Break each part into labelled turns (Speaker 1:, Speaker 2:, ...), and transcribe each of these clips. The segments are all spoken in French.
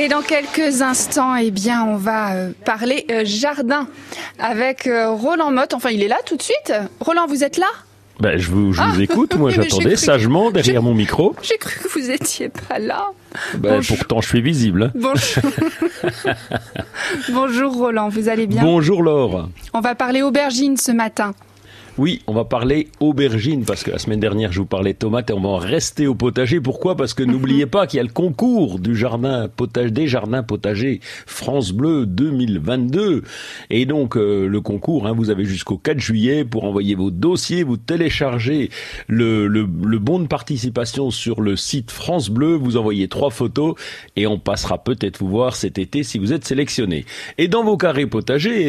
Speaker 1: Et dans quelques instants, eh bien, on va parler jardin avec Roland Motte. Enfin, il est là tout de suite. Roland, vous êtes là ?
Speaker 2: Ben, je vous écoute, moi j'attendais sagement derrière mon micro.
Speaker 1: J'ai cru que vous étiez pas là.
Speaker 2: Ben, pourtant je suis visible. Hein.
Speaker 1: Bonjour. Bonjour Roland, vous allez bien ?
Speaker 2: Bonjour Laure.
Speaker 1: On va parler aubergines ce matin.
Speaker 2: Oui, on va parler aubergines, parce que la semaine dernière, je vous parlais de tomates et on va en rester au potager. Pourquoi ? Parce que n'oubliez pas qu'il y a le concours des jardins potagers France Bleu 2022. Et donc, le concours, vous avez jusqu'au 4 juillet pour envoyer vos dossiers, vous téléchargez le bon de participation sur le site France Bleu, vous envoyez 3 photos et on passera peut-être vous voir cet été si vous êtes sélectionné. Et dans vos carrés potagers,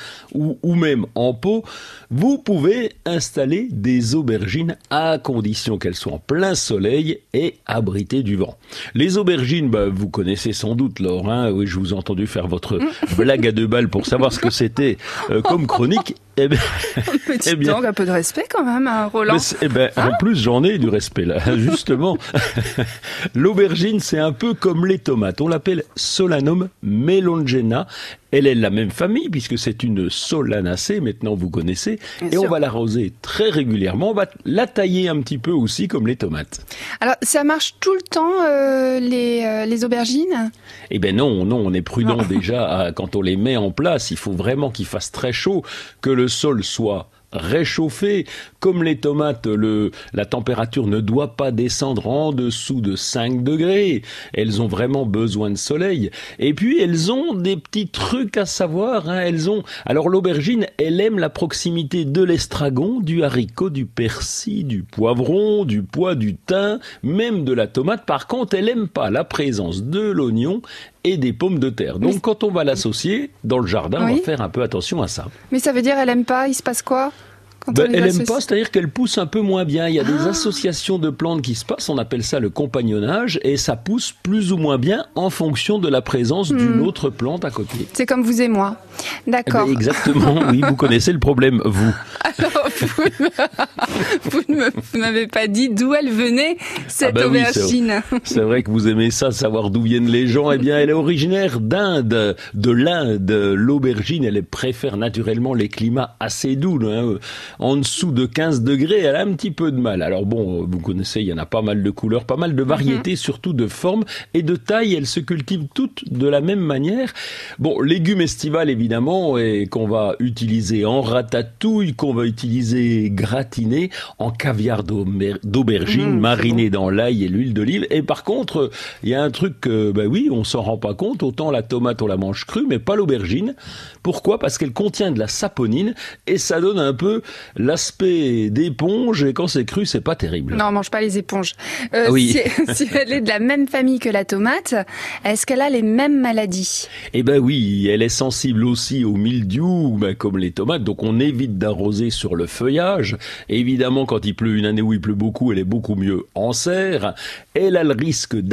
Speaker 2: ou même en pot, vous pouvez installer des aubergines à condition qu'elles soient en plein soleil et abritées du vent. Les aubergines, vous connaissez sans doute, Laure. Oui, je vous ai entendu faire votre blague à 2 balles pour savoir ce que c'était comme chronique.
Speaker 1: Donc un peu de respect quand même, Roland.
Speaker 2: En plus, j'en ai du respect là, justement. L'aubergine, c'est un peu comme les tomates. On l'appelle Solanum melongena. Elle est de la même famille puisque c'est une Solanacée, maintenant vous connaissez. Bien sûr. On va l'arroser très régulièrement. On va la tailler un petit peu aussi comme les tomates.
Speaker 1: Alors, ça marche tout le temps, les aubergines ?
Speaker 2: Non, on est prudent déjà quand on les met en place. Il faut vraiment qu'il fasse très chaud, que le sol soit réchauffé. Comme les tomates, la température ne doit pas descendre en dessous de 5 degrés. Elles ont vraiment besoin de soleil. Et puis, elles ont des petits trucs à savoir. Alors, l'aubergine, elle aime la proximité de l'estragon, du haricot, du persil, du poivron, du pois, du thym, même de la tomate. Par contre, elle aime pas la présence de l'oignon et des pommes de terre. Donc, quand on va l'associer dans le jardin, on va faire un peu attention à ça.
Speaker 1: Mais ça veut dire elle aime pas, il se passe quoi ?
Speaker 2: Elle aime pas, c'est-à-dire qu'elle pousse un peu moins bien. Il y a des associations de plantes qui se passent, on appelle ça le compagnonnage, et ça pousse plus ou moins bien en fonction de la présence d'une autre plante à côté.
Speaker 1: C'est comme vous et moi. D'accord.
Speaker 2: Exactement, oui, vous connaissez le problème, vous.
Speaker 1: Alors, vous ne m'avez pas dit d'où elle venait, cette aubergine.
Speaker 2: Oui, c'est vrai que vous aimez ça, savoir d'où viennent les gens. Elle est originaire d'Inde, de l'Inde. L'aubergine, elle préfère naturellement les climats assez doux, En dessous de 15 degrés, elle a un petit peu de mal. Alors vous connaissez, il y en a pas mal de couleurs, pas mal de variétés, surtout de formes et de taille. Elles se cultivent toutes de la même manière. Légumes estivales, évidemment, et qu'on va utiliser en ratatouille, qu'on va utiliser gratiné, en caviar d'aubergine, mariné dans l'ail et l'huile d'olive. Et par contre, il y a un truc, on s'en rend pas compte. Autant la tomate, on la mange crue, mais pas l'aubergine. Pourquoi ? Parce qu'elle contient de la saponine et ça donne un peu l'aspect d'éponge, et quand c'est cru, c'est pas terrible.
Speaker 1: Non, on mange pas les éponges.
Speaker 2: Oui.
Speaker 1: Si elle est de la même famille que la tomate, est-ce qu'elle a les mêmes maladies ?
Speaker 2: Oui, elle est sensible aussi au mildiou, comme les tomates, donc on évite d'arroser sur le feuillage. Et évidemment, quand il pleut, une année où il pleut beaucoup, elle est beaucoup mieux en serre. Elle a le risque